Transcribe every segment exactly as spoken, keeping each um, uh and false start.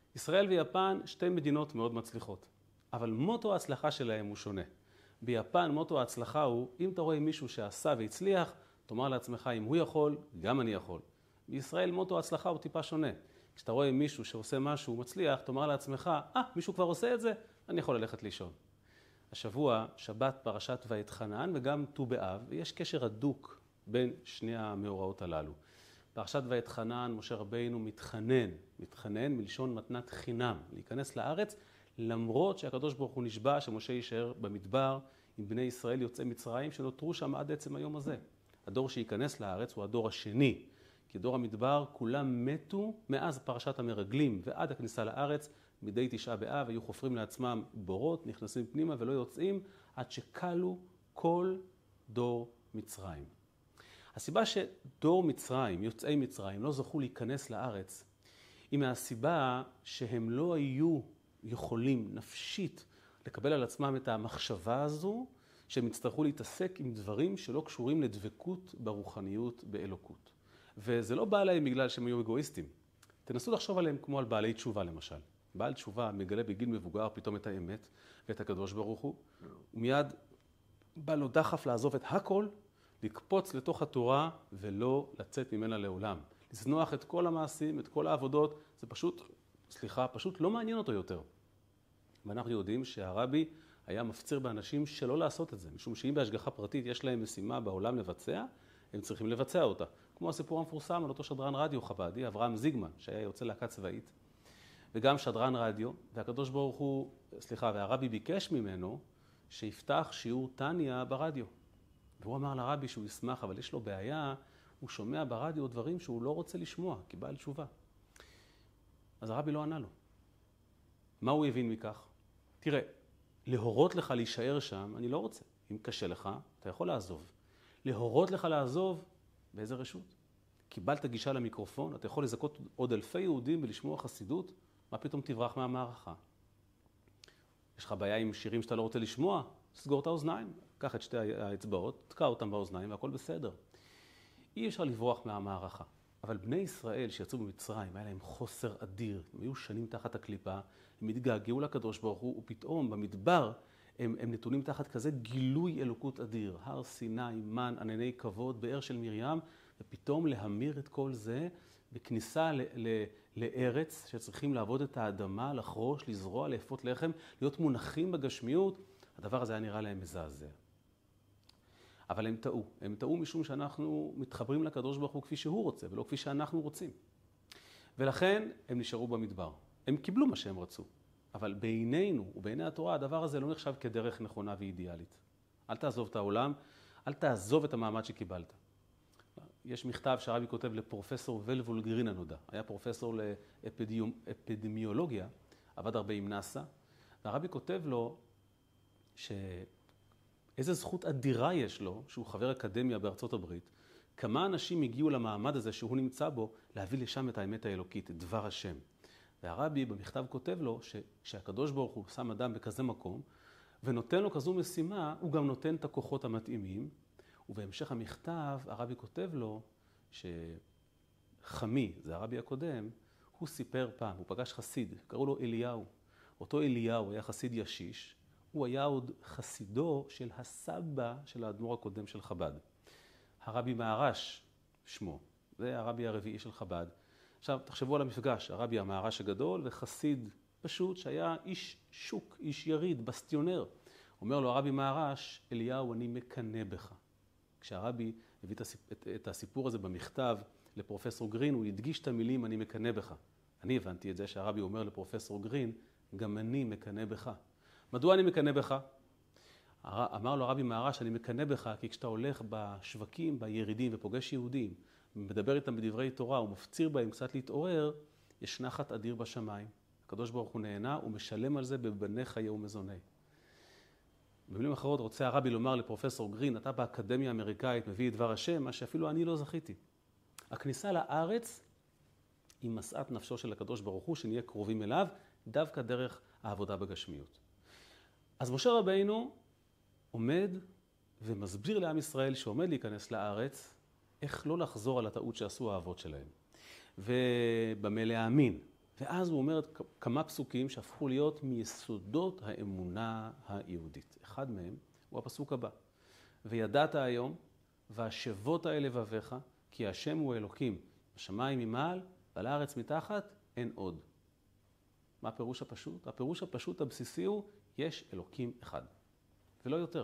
ישראל ויפן שתי מדינות מאוד מצליחות, אבל מוטו ההצלחה שלהם הוא שונה. ביפן מוטו ההצלחה הוא, אם אתה רואה מישהו שעשה והצליח, תאמר לעצמך, אם הוא יכול, גם אני יכול. בישראל מוטו ההצלחה הוא טיפה שונה. כשאתה רואה מישהו שעושה משהו, הוא מצליח, תאמר לעצמך, אה, מישהו כבר עושה את זה, אני יכול ללכת לישון. השבוע, שבת פרשת ואתחנן וגם ט"ו באב, ויש קשר הדוק בין שני המאורעות הללו. פרשת ואתחנן, משה רבינו מתחנן, מתחנן מלשון מתנת חינם, להיכנס לארץ, למרות שהקדוש ברוך הוא נשבע שמשה יישאר במדבר עם בני ישראל יוצאי מצרים שנותרו שם עד עצם היום הזה. הדור שייכנס לארץ הוא הדור השני, כי דור המדבר כולם מתו מאז פרשת המרגלים ועד הכניסה לארץ, מדי תשעה באב היו חופרים לעצמם בורות, נכנסים פנימה ולא יוצאים עד שקלו כל דור מצרים. הסיבה שדור מצרים, יוצאי מצרים, לא זכו להיכנס לארץ, היא מהסיבה שהם לא היו יכולים נפשית לקבל על עצמם את המחשבה הזו, שהם יצטרכו להתעסק עם דברים שלא קשורים לדבקות ברוחניות באלוקות. וזה לא בא להם בגלל שהם היו אגואיסטים. תנסו לחשוב עליהם כמו על בעלי תשובה למשל. בעל תשובה מגלה בגיל מבוגר פתאום את האמת ואת הקדוש ברוך הוא, ומיד בא לו דחף לעזוב את הכל, לקפוץ לתוך התורה ולא לצאת ממנה לעולם. לזנוח את כל המעשים, את כל העבודות, זה פשוט, סליחה, פשוט לא מעניין אותו יותר. ואנחנו יודעים שהרבי היה מפציר באנשים שלא לעשות את זה, משום שאם בהשגחה פרטית יש להם משימה בעולם לבצע, הם צריכים לבצע אותה. כמו הסיפור המפורסם על אותו שדרן רדיו חב"די, אברהם זיגמן, שהיה יוצא להקה צבאית, וגם שדרן רדיו, והקדוש ברוך הוא, סליחה, והרבי ביקש ממנו שיפתח שיעור טניה ברדיו. והוא אמר לרבי שהוא ישמח, אבל יש לו בעיה, הוא שומע ברדיו דברים שהוא לא רוצה לשמוע, כי בעל תשובה. אז הרבי לא ענה לו. מה הוא הבין מכך? תראה, להורות לך להישאר שם, אני לא רוצה. אם קשה לך, אתה יכול לעזוב. להורות לך לעזוב, באיזה רשות? קיבלת גישה למיקרופון, אתה יכול לזכות עוד אלפי יהודים ולשמוע חסידות, מה פתאום תברח מהמערכה? יש לך בעיה עם שירים שאתה לא רוצה לשמוע? סגור את האוזניים, קח את שתי האצבעות, תקע אותם באוזניים והכל בסדר. אי אפשר לברוח מהמערכה. אבל בני ישראל שיצאו במצרים, היה להם חוסר אדיר, הם היו שנים תחת הקליפה, הם התגעגעו לקדוש ברוך הוא, ופתאום במדבר הם, הם נתונים תחת כזה גילוי אלוקות אדיר, הר סיני, מן, ענני כבוד, באר של מרים, ופתאום להמיר את כל זה בכניסה ל, ל, לארץ שצריכים לעבוד את האדמה, לחרוש, לזרוע, לאפות לחם, להיות מונחים בגשמיות, הדבר הזה היה נראה להם מזעזע. אבל הם טעו. הם טעו משום שאנחנו מתחברים לקדוש ברוך הוא כפי שהוא רוצה, ולא כפי שאנחנו רוצים. ולכן הם נשארו במדבר. הם קיבלו מה שהם רצו. אבל בעינינו ובעיני התורה, הדבר הזה לא נחשב כדרך נכונה ואידיאלית. אל תעזוב את העולם, אל תעזוב את המעמד שקיבלת. יש מכתב שהרבי כותב לפרופסור ולוולגרין הנודע. היה פרופסור לאפידמיולוגיה, עבד הרבה עם נאסא, והרבי כותב לו ש... איזה זכות אדירה יש לו, שהוא חבר אקדמיה בארצות הברית, כמה אנשים הגיעו למעמד הזה שהוא נמצא בו, להביא לשם את האמת האלוקית, את דבר השם. והרבי במכתב כותב לו שכשהקדוש ברוך הוא שם אדם בכזה מקום, ונותן לו כזו משימה, הוא גם נותן את הכוחות המתאימים, ובהמשך המכתב הרבי כותב לו שחמי, זה הרבי הקודם, הוא סיפר פעם, הוא פגש חסיד, קראו לו אליהו. אותו אליהו היה חסיד ישיש, הוא היה עוד חסידו של הסבא של האדמו"ר הקודם של חב"ד. הרבי מהר"ש שמו, זה הרבי הרביעי של חב"ד. עכשיו תחשבו על המפגש, הרבי המהר"ש הגדול וחסיד פשוט שהיה איש שוק, איש יריד, בסטיונר. אומר לו הרבי מהר"ש, אליהו אני מקנא בך. כשהרבי הביא את הסיפור הזה במכתב לפרופסור גרין, הוא הדגיש את המילים אני מקנא בך. אני הבנתי את זה שהרבי אומר לפרופסור גרין, גם אני מקנא בך. מדוע אני מקנא בך? אמר לו הרבי מהר"ש, אני מקנא בך, כי כשאתה הולך בשווקים, בירידים ופוגש יהודים, מדבר איתם בדברי תורה ומפציר בהם קצת להתעורר, יש נחת אדיר בשמיים. הקדוש ברוך הוא נהנה ומשלם על זה בבני חיי ומזוני. במילים אחרות רוצה הרבי לומר לפרופסור גרין, אתה באקדמיה האמריקאית מביא את דבר השם, מה שאפילו אני לא זכיתי. הכניסה לארץ היא משאת נפשו של הקדוש ברוך הוא, שנהיה קרובים אליו, דווקא דרך העבודה בגשמיות. אז משה רבינו עומד ומסביר לעם ישראל שעומד להיכנס לארץ, איך לא לחזור על הטעות שעשו האבות שלהם. ובמה להאמין, ואז הוא אומר כמה פסוקים שהפכו להיות מיסודות האמונה היהודית. אחד מהם הוא הפסוק הבא. וידעת היום, והשבות האלה לבביך, כי השם הוא אלוקים, בשמיים ממעל, ועל הארץ מתחת, אין עוד. מה הפירוש הפשוט? הפירוש הפשוט הבסיסי הוא, יש אלוקים אחד, ולא יותר.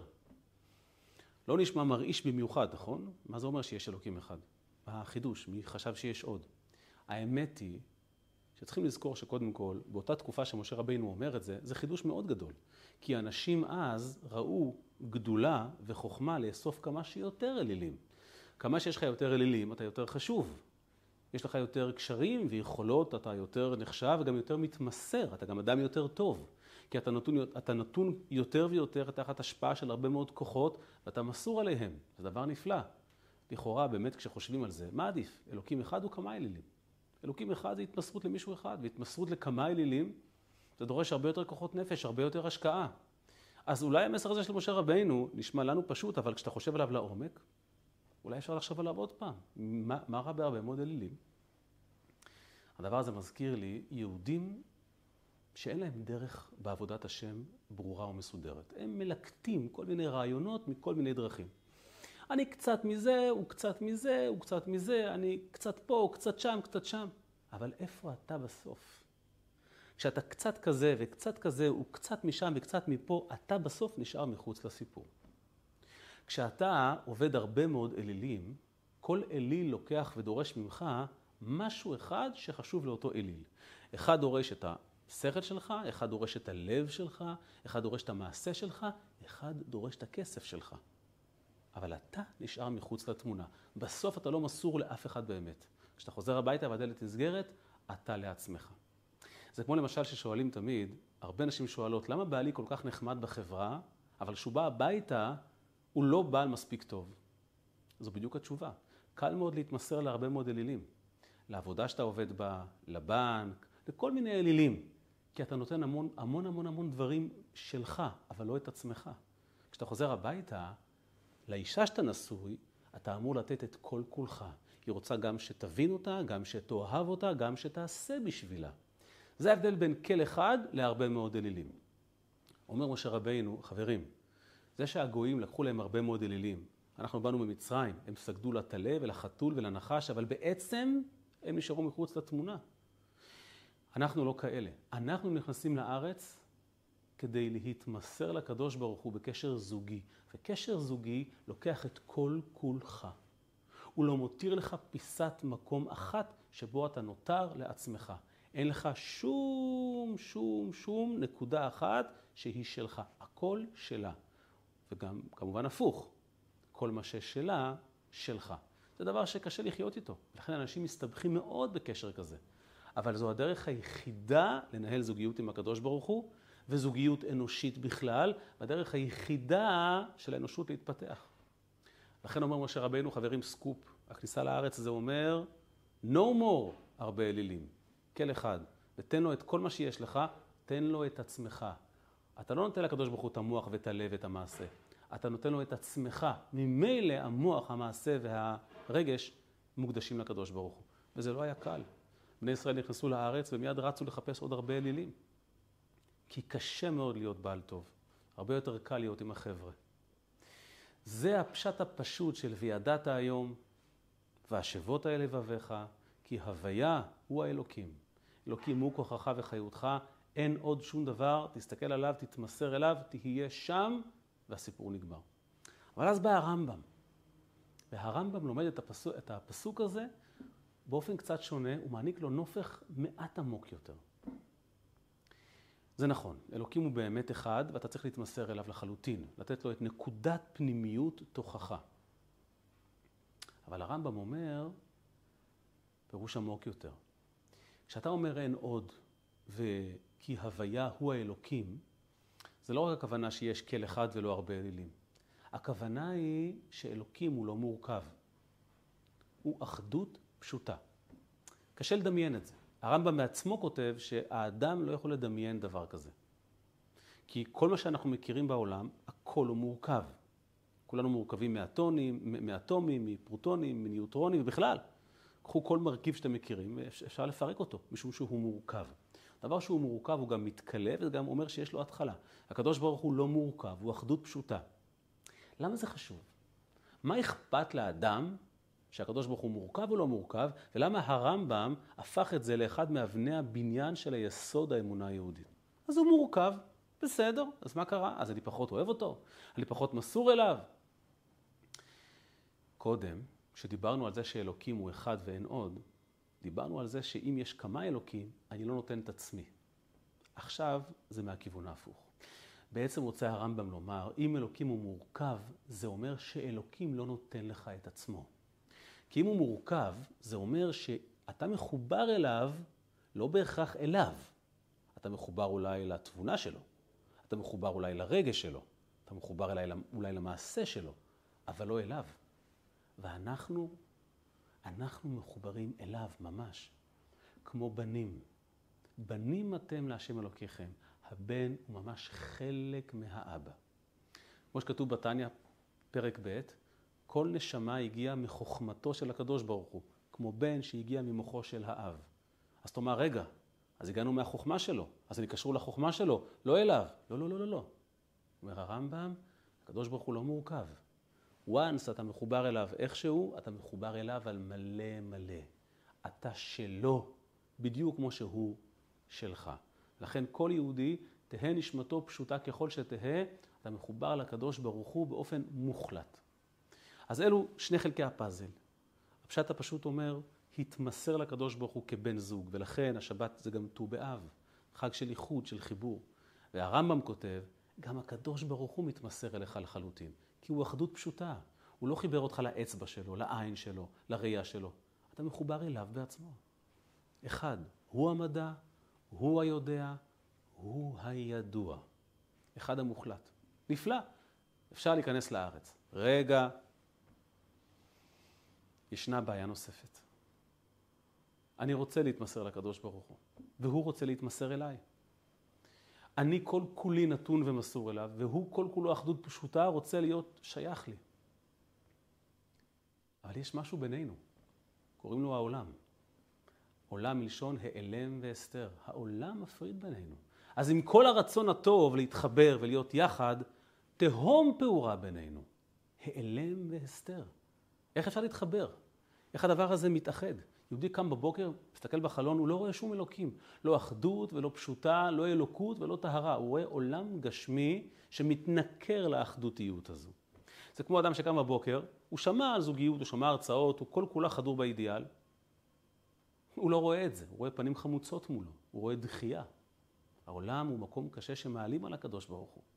לא נשמע מרעיש במיוחד, נכון? מה זה אומר שיש אלוקים אחד? החידוש, מי חשב שיש עוד? האמת היא שצריכים לזכור שקודם כל, באותה תקופה שמשה רבינו אומר את זה, זה חידוש מאוד גדול. כי אנשים אז ראו גדולה וחוכמה לאסוף כמה שיותר אלילים. כמה שיש לך יותר אלילים, אתה יותר חשוב. יש לך יותר קשרים ויכולות, אתה יותר נחשב וגם יותר מתמסר, אתה גם אדם יותר טוב. כי אתה נתון, אתה נתון יותר ויותר תחת השפעה של הרבה מאוד כוחות, ואתה מסור עליהם. זה דבר נפלא. לכאורה, באמת, כשחושבים על זה, מה עדיף? אלוקים אחד או כמה אלילים? אלוקים אחד זה התמסרות למישהו אחד, והתמסרות לכמה אלילים, זה דורש הרבה יותר כוחות נפש, הרבה יותר השקעה. אז אולי המסר הזה של משה רבינו נשמע לנו פשוט, אבל כשאתה חושב עליו לעומק, אולי אפשר לחשוב עליו עוד פעם. מה, מה רע בהרבה מאוד אלילים? הדבר הזה מזכיר לי יהודים שאין להם דרך בעבודת השם ברורה ומסודרת. הם מלקטים כל מיני רעיונות מכל מיני דרכים. אני קצת מזה, הוא קצת מזה, הוא קצת מזה, אני קצת פה, הוא קצת שם, קצת שם. אבל איפה אתה בסוף? כשאתה קצת כזה וקצת כזה, הוא קצת משם וקצת מפה, אתה בסוף נשאר מחוץ לסיפור. כשאתה עובד הרבה מאוד אלילים, כל אליל לוקח ודורש ממך משהו אחד שחשוב לאותו אליל. אחד דורש את השכל שלך, אחד דורש את הלב שלך, אחד דורש את המעשה שלך, אחד דורש את הכסף שלך. אבל אתה נשאר מחוץ לתמונה. בסוף אתה לא מסור לאף אחד באמת. כשאתה חוזר הביתה והדלת נסגרת, אתה לעצמך. זה כמו למשל ששואלים תמיד, הרבה נשים שואלות, למה בעלי כל כך נחמד בחברה, אבל כשהוא בא הביתה, הוא לא בעל מספיק טוב. זו בדיוק התשובה. קל מאוד להתמסר להרבה מאוד אלילים. לעבודה שאתה עובד בה, לבנק, לכל מיני אלילים. כי אתה נותן המון המון המון המון דברים שלך, אבל לא את עצמך. כשאתה חוזר הביתה, לאישה שאתה נשוי, אתה אמור לתת את כל כולך. היא רוצה גם שתבין אותה, גם שתאהב אותה, גם שתעשה בשבילה. זה ההבדל בין כל אחד להרבה מאוד אלילים. אומר משה רבינו, חברים, זה שהגויים לקחו להם הרבה מאוד אלילים. אנחנו באנו ממצרים, הם סגדו לטלה ולחתול ולנחש, אבל בעצם הם נשארו מחוץ לתמונה. אנחנו לא כאלה. אנחנו נכנסים לארץ כדי להתמסר לקדוש ברוך הוא בקשר זוגי. וקשר זוגי לוקח את כל כולך. הוא לא מותיר לך פיסת מקום אחת שבו אתה נותר לעצמך. אין לך שום, שום, שום נקודה אחת שהיא שלך. הכל שלה. וגם כמובן הפוך. כל מה ששלה, שלך. זה דבר שקשה לחיות איתו. לכן אנשים מסתבכים מאוד בקשר כזה. אבל זו הדרך היחידה לנהל זוגיות עם הקדוש ברוך הוא, וזוגיות אנושית בכלל, והדרך היחידה של האנושות להתפתח. לכן אומר משה רבינו, חברים, סקופ, הכניסה לארץ זה אומר, no more הרבה אלילים, כל אחד, ותן לו את כל מה שיש לך, תן לו את עצמך. אתה לא נותן לקדוש ברוך הוא את המוח ואת הלב ואת המעשה. אתה נותן לו את עצמך. ממילא המוח, המעשה והרגש מוקדשים לקדוש ברוך הוא. וזה לא היה קל. בני ישראל נכנסו לארץ ומיד רצו לחפש עוד הרבה אלילים. כי קשה מאוד להיות בעל טוב. הרבה יותר קל להיות עם החבר'ה. זה הפשט הפשוט של וידעת היום, והשבות האלה לבביך, כי הוויה הוא האלוקים. אלוקים הוא כוחך וחיותך, אין עוד שום דבר, תסתכל עליו, תתמסר אליו, תהיה שם, והסיפור נגמר. אבל אז בא הרמב"ם. והרמב"ם לומד את הפסוק, את הפסוק הזה באופן קצת שונה, הוא מעניק לו נופך מעט עמוק יותר. זה נכון, אלוקים הוא באמת אחד, ואתה צריך להתמסר אליו לחלוטין, לתת לו את נקודת פנימיות תוכחה. אבל הרמב"ם אומר, פירוש עמוק יותר. כשאתה אומר אין עוד, וכי הוויה הוא האלוקים, זה לא רק הכוונה שיש כל אחד ולא הרבה אלילים. הכוונה היא שאלוקים הוא לא מורכב. הוא אחדות פשוטה. קשה לדמיין את זה. הרמב"ם בעצמו כותב שהאדם לא יכול לדמיין דבר כזה. כי כל מה שאנחנו מכירים בעולם, הכל הוא מורכב. כולנו מורכבים מאטונים, מאטומים, מפרוטונים, מניוטרונים ובכלל. קחו כל מרכיב שאתם מכירים, אפשר לפרק אותו, משום שהוא מורכב. דבר שהוא מורכב הוא גם מתקלה וגם אומר שיש לו התחלה. הקדוש ברוך הוא לא מורכב, הוא אחדות פשוטה. למה זה חשוב? מה אכפת לאדם שהקדוש ברוך הוא מורכב או לא מורכב, ולמה הרמב"ם הפך את זה לאחד מאבני הבניין של היסוד האמונה היהודית? אז הוא מורכב, בסדר, אז מה קרה? אז אני פחות אוהב אותו, אני פחות מסור אליו. קודם, כשדיברנו על זה שאלוקים הוא אחד ואין עוד, דיברנו על זה שאם יש כמה אלוקים, אני לא נותן את עצמי. עכשיו זה מהכיוון ההפוך. בעצם רוצה הרמב"ם לומר, אם אלוקים הוא מורכב, זה אומר שאלוקים לא נותן לך את עצמו. כי אם הוא מורכב, זה אומר שאתה מחובר אליו, לא בהכרח אליו. אתה מחובר אולי לתבונה שלו, אתה מחובר אולי לרגש שלו, אתה מחובר אולי, אולי למעשה שלו, אבל לא אליו. ואנחנו, אנחנו מחוברים אליו ממש, כמו בנים. בנים אתם להשם אלוקיכם, הבן הוא ממש חלק מהאבא. כמו שכתוב בתניא, פרק ב', כל נשמה הגיעה מחוכמתו של הקדוש ברוך הוא, כמו בן שהגיע ממוחו של האב. אז תאמר, רגע, אז הגענו מהחוכמה שלו, אז אני קשור לחוכמה שלו, לא אליו. לא, לא, לא, לא, לא. אומר הרמב"ם, הקדוש ברוך הוא לא מורכב. once אתה מחובר אליו איכשהו, אתה מחובר אליו על מלא מלא. אתה שלו, בדיוק כמו שהוא שלך. לכן כל יהודי, תהא נשמתו פשוטה ככל שתהא, אתה מחובר לקדוש ברוך הוא באופן מוחלט. אז אלו שני חלקי הפאזל. הפשט הפשוט אומר, התמסר לקדוש ברוך הוא כבן זוג, ולכן השבת זה גם ט"ו באב, חג של איחוד, של חיבור. והרמב"ם כותב, גם הקדוש ברוך הוא מתמסר אליך לחלוטין, כי הוא אחדות פשוטה. הוא לא חיבר אותך לאצבע שלו, לעין שלו, לראייה שלו. אתה מחובר אליו בעצמו. אחד, הוא המדע, הוא היודע, הוא הידוע. אחד המוחלט. נפלא. אפשר להיכנס לארץ. רגע, ישנה בעיה נוספת. אני רוצה להתמסר לקדוש ברוך הוא, והוא רוצה להתמסר אליי. אני כל כולי נתון ומסור אליו, והוא כל כולו אחדות פשוטה רוצה להיות שייך לי. אבל יש משהו בינינו, קוראים לו העולם. עולם מלשון העלם והסתר. העולם מפריד בינינו. אז עם כל הרצון הטוב להתחבר ולהיות יחד, תהום פעורה בינינו. העלם והסתר. איך אפשר להתחבר? איך הדבר הזה מתאחד? יהודי קם בבוקר, מסתכל בחלון, הוא לא רואה שום אלוקים. לא אחדות ולא פשוטה, לא אלוקות ולא טהרה. הוא רואה עולם גשמי שמתנכר לאחדותיות הזו. זה כמו אדם שקם בבוקר, הוא שמע על זוגיות, הוא שמע הרצאות, הוא כל כולה חדור באידיאל. הוא לא רואה את זה, הוא רואה פנים חמוצות מולו, הוא רואה דחייה. העולם הוא מקום קשה שמעלים על הקדוש ברוך הוא.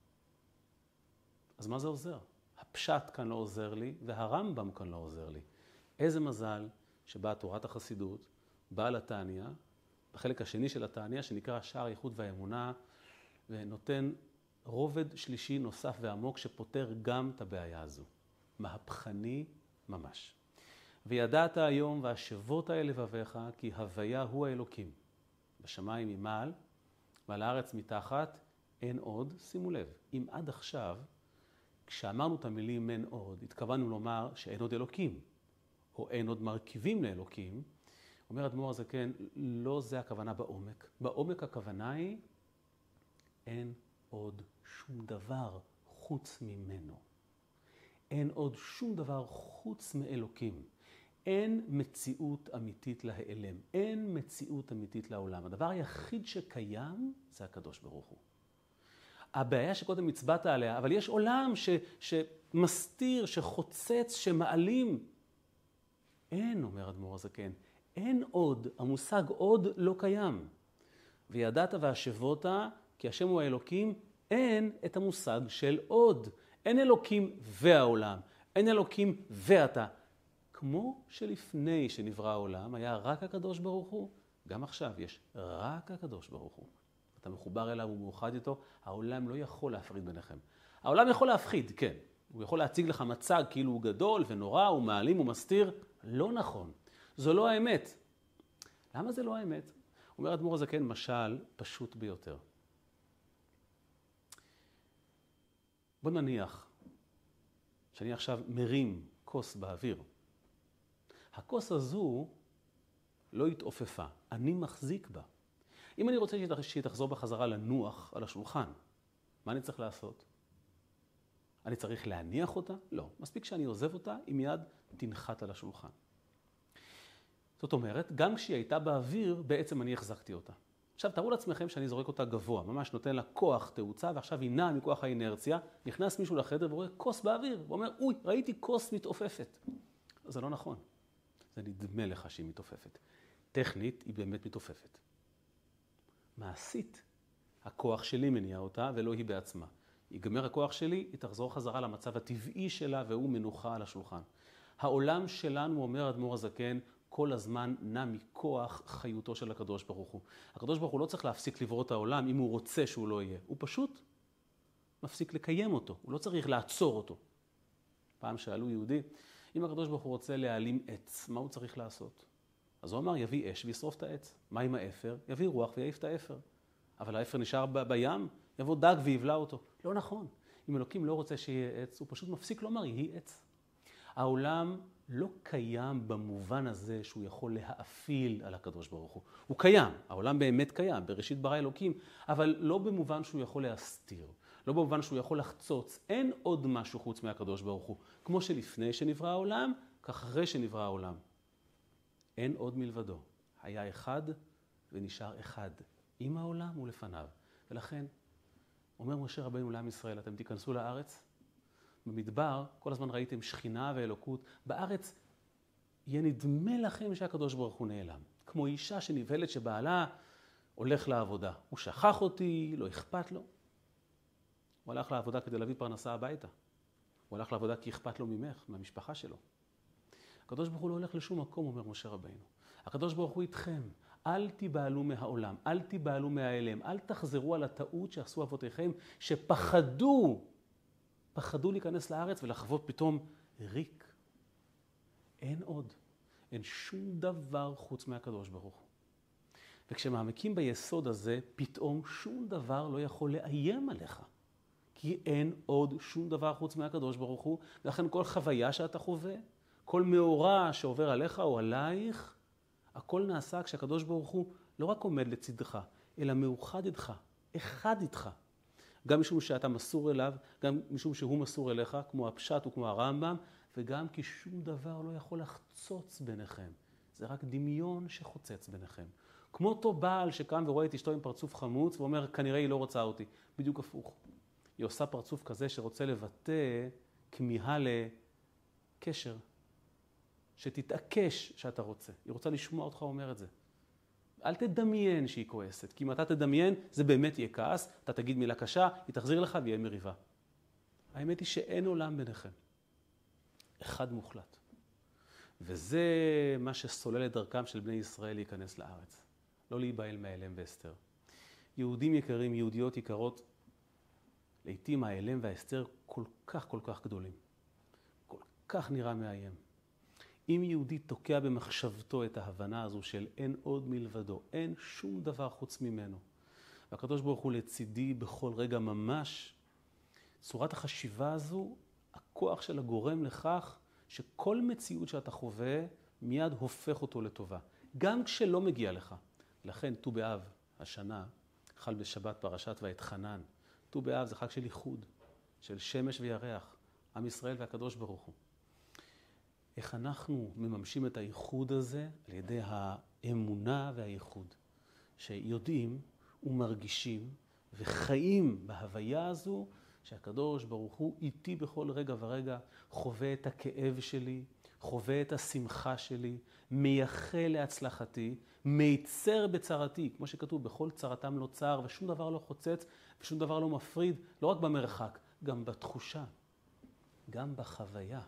אז מה זה עוזר? הפשט כאן לא עוזר לי, והרמב"ם כאן לא עוזר לי. איזה מזל שבאה תורת החסידות, באה לתניא, בחלק השני של התניא, שנקרא שער הייחוד והאמונה, ונותן רובד שלישי נוסף ועמוק שפותר גם את הבעיה הזו. מהפכני ממש. וידעת היום והשבות האל לבביך, כי הוויה הוא האלוקים. בשמיים ממעל, ועל הארץ מתחת, אין עוד, שימו לב. אם עד עכשיו, כשאמרנו את המילים אין עוד, התכוונו לומר שאין עוד אלוקים, או אין עוד מרכיבים לאלוקים, אומר אדמו"ר הזקן, לא זה הכוונה בעומק. בעומק הכוונה היא, אין עוד שום דבר חוץ ממנו. אין עוד שום דבר חוץ מאלוקים. אין מציאות אמיתית להיעלם. אין מציאות אמיתית לעולם. הדבר היחיד שקיים זה הקדוש ברוך הוא. הבעיה שקודם הצבעת עליה, אבל יש עולם ש, שמסתיר, שחוצץ, שמעלים. אין, אומר אדמו"ר הזקן, אין עוד, המושג עוד לא קיים. וידעת והשבות, כי השם הוא האלוקים, אין את המושג של עוד. אין אלוקים והעולם, אין אלוקים ואתה. כמו שלפני שנברא העולם היה רק הקדוש ברוך הוא, גם עכשיו יש רק הקדוש ברוך הוא. אתה מחובר אליו ומאוחד איתו, העולם לא יכול להפריד ביניכם. העולם יכול להפחיד, כן. הוא יכול להציג לך מצג כאילו הוא גדול ונורא, הוא מעלים ומסתיר. לא נכון. זו לא האמת. למה זה לא האמת? אומר אדמו"ר הזקן, משל פשוט ביותר. בוא נניח שאני עכשיו מרים כוס באוויר. הכוס הזו לא התעופפה, אני מחזיק בה. אם אני רוצה שהיא תחזור בחזרה לנוח על השולחן, מה אני צריך לעשות? אני צריך להניח אותה? לא. מספיק שאני עוזב אותה, היא מיד תנחת על השולחן. זאת אומרת, גם כשהיא הייתה באוויר, בעצם אני החזקתי אותה. עכשיו, תראו לעצמכם שאני זורק אותה גבוה, ממש נותן לה כוח תאוצה, ועכשיו היא נעה מכוח האינרציה, נכנס מישהו לחדר ורואה כוס באוויר, ואומר, אוי, ראיתי כוס מתעופפת. זה לא נכון. זה נדמה לך שהיא מתעופפת. טכנית, היא באמת מתעופפת. מעשית, הכוח שלי מניע אותה, ולא היא בעצמה. ייגמר הכוח שלי, היא תחזור חזרה למצב הטבעי שלה, והוא מנוחה על השולחן. העולם שלנו, אומר אדמו"ר הזקן, כל הזמן נע מכוח חיותו של הקדוש ברוך הוא. הקדוש ברוך הוא לא צריך להפסיק לברוא את העולם אם הוא רוצה שהוא לא יהיה. הוא פשוט מפסיק לקיים אותו. הוא לא צריך לעצור אותו. פעם שאלו יהודי, אם הקדוש ברוך הוא רוצה להעלים עץ, מה הוא צריך לעשות? אז הוא אמר, יביא אש וישרוף את העץ. מה עם האפר? יביא רוח ויעיף את האפר. אבל האפר נשאר ב- בים, יבוא דג ויבלע אותו. לא נכון. אם אלוקים לא רוצה שיהיה עץ, הוא פשוט מפסיק לומר, יהי עץ. העולם לא קיים במובן הזה שהוא יכול להאפיל על הקדוש ברוך הוא. הוא קיים, העולם באמת קיים, בראשית ברא אלוקים, אבל לא במובן שהוא יכול להסתיר, לא במובן שהוא יכול לחצוץ, אין עוד משהו חוץ מהקדוש ברוך הוא. כמו שלפני שנברא העולם, כך אחרי שנברא העולם. אין עוד מלבדו. היה אחד ונשאר אחד, עם העולם ולפניו. ולכן, אומר משה רבינו לעם ישראל, אתם תיכנסו לארץ, במדבר, כל הזמן ראיתם שכינה ואלוקות. בארץ יהיה נדמה לכם שהקדוש ברוך הוא נעלם. כמו אישה שנבהלת שבעלה הולך לעבודה. הוא שכח אותי, לא אכפת לו. הוא הלך לעבודה כדי להביא פרנסה הביתה. הוא הלך לעבודה כי אכפת לו ממך, מהמשפחה שלו. הקדוש ברוך הוא לא הולך לשום מקום, אומר משה רבינו. הקדוש ברוך הוא איתכם. אל תיבהלו מהעולם, אל תיבהלו מהאלם, אל תחזרו על הטעות שעשו אבותיכם, שפחדו פחדו להיכנס לארץ ולחוות פתאום ריק. אין עוד. אין שום דבר חוץ מהקדוש ברוך הוא. וכשמעמקים ביסוד הזה, פתאום שום דבר לא יכול לאיים עליך. כי אין עוד שום דבר חוץ מהקדוש ברוך הוא, ולכן כל חוויה שאתה חווה, כל מאורע שעובר עליך או עלייך, הכל נעשה כשהקדוש ברוך הוא לא רק עומד לצדך, אלא מאוחד איתך, אחד איתך. גם משום שאתה מסור אליו, גם משום שהוא מסור אליך, כמו הפשט וכמו הרמב"ם, וגם כי שום דבר לא יכול לחצוץ ביניכם. זה רק דמיון שחוצץ ביניכם. כמו אותו בעל שקם ורואה את אשתו עם פרצוף חמוץ, ואומר, כנראה היא לא רוצה אותי. בדיוק הפוך. היא עושה פרצוף כזה שרוצה לבטא כמיהה לקשר, שתתעקש שאתה רוצה. היא רוצה לשמוע אותך אומר את זה. אל תדמיין שהיא כועסת, כי אם אתה תדמיין, זה באמת יהיה כעס, אתה תגיד מילה קשה, היא תחזיר לך ויהיה מריבה. האמת היא שאין עולם ביניכם. אחד מוחלט. וזה מה שסולל את דרכם של בני ישראל להיכנס לארץ. לא להיבהל מהאלם והסתר. יהודים יקרים, יהודיות יקרות, לעתים האלם וההסתר כל כך כל כך גדולים. כל כך נראה מאיים. אם יהודי תוקע במחשבתו את ההבנה הזו של אין עוד מלבדו, אין שום דבר חוץ ממנו. והקדוש ברוך הוא לצידי בכל רגע ממש. צורת החשיבה הזו, הכוח שלה גורם לכך שכל מציאות שאתה חווה מיד הופך אותו לטובה. גם כשלא מגיע לך. לכן ט"ו באב השנה חל בשבת פרשת ואתחנן. ט"ו באב זה חג של ייחוד, של שמש וירח, עם ישראל והקדוש ברוך הוא. איך אנחנו מממשים את הייחוד הזה על ידי האמונה והייחוד, שיודעים ומרגישים וחיים בהוויה הזו שהקדוש ברוך הוא איתי בכל רגע ורגע, חווה את הכאב שלי, חווה את השמחה שלי, מייחל להצלחתי, מייצר בצרתי, כמו שכתוב, בכל צרתם לא צער, ושום דבר לא חוצץ ושום דבר לא מפריד, לא רק במרחק, גם בתחושה, גם בחוויה.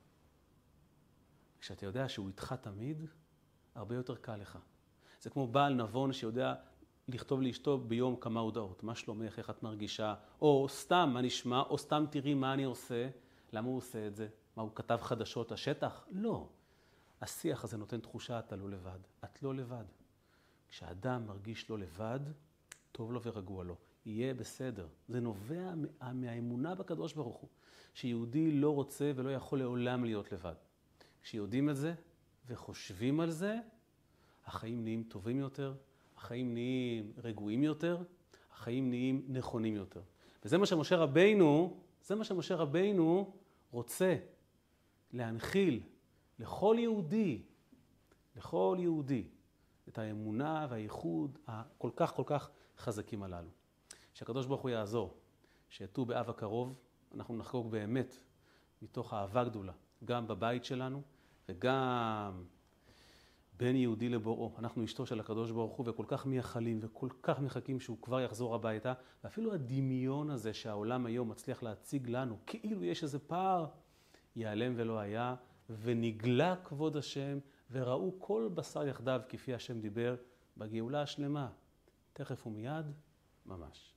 כשאתה יודע שהוא איתך תמיד, הרבה יותר קל לך. זה כמו בעל נבון שיודע לכתוב לאשתו ביום כמה הודעות. מה שלומך, איך את מרגישה, או סתם מה נשמע, או סתם תראי מה אני עושה. למה הוא עושה את זה? מה, הוא כתב חדשות השטח? לא. השיח הזה נותן תחושה, אתה לא לבד. את לא לבד. כשאדם מרגיש לא לבד, טוב לו ורגוע לו. יהיה בסדר. זה נובע מהאמונה בקדוש ברוך הוא. שיהודי לא רוצה ולא יכול לעולם להיות לבד. כשיודעים את זה וחושבים על זה, החיים נהיים טובים יותר, החיים נהיים רגועים יותר, החיים נהיים נכונים יותר. וזה מה שמשה רבינו, זה מה שמשה רבינו רוצה להנחיל לכל יהודי, לכל יהודי, את האמונה והייחוד הכל כך כל כך חזקים הללו. שהקדוש ברוך הוא יעזור, שט"ו באב הקרוב אנחנו נחגוג באמת מתוך אהבה גדולה, גם בבית שלנו וגם בין יהודי לבוראו. אנחנו אשתו של הקדוש ברוך הוא וכל כך מייחלים וכל כך מחכים שהוא כבר יחזור הביתה, ואפילו הדמיון הזה שהעולם היום מצליח להציג לנו, כאילו יש איזה פער, ייעלם ולא היה, ונגלה כבוד השם, וראו כל בשר יחדיו כפי השם דיבר בגאולה השלמה, תכף ומיד ממש.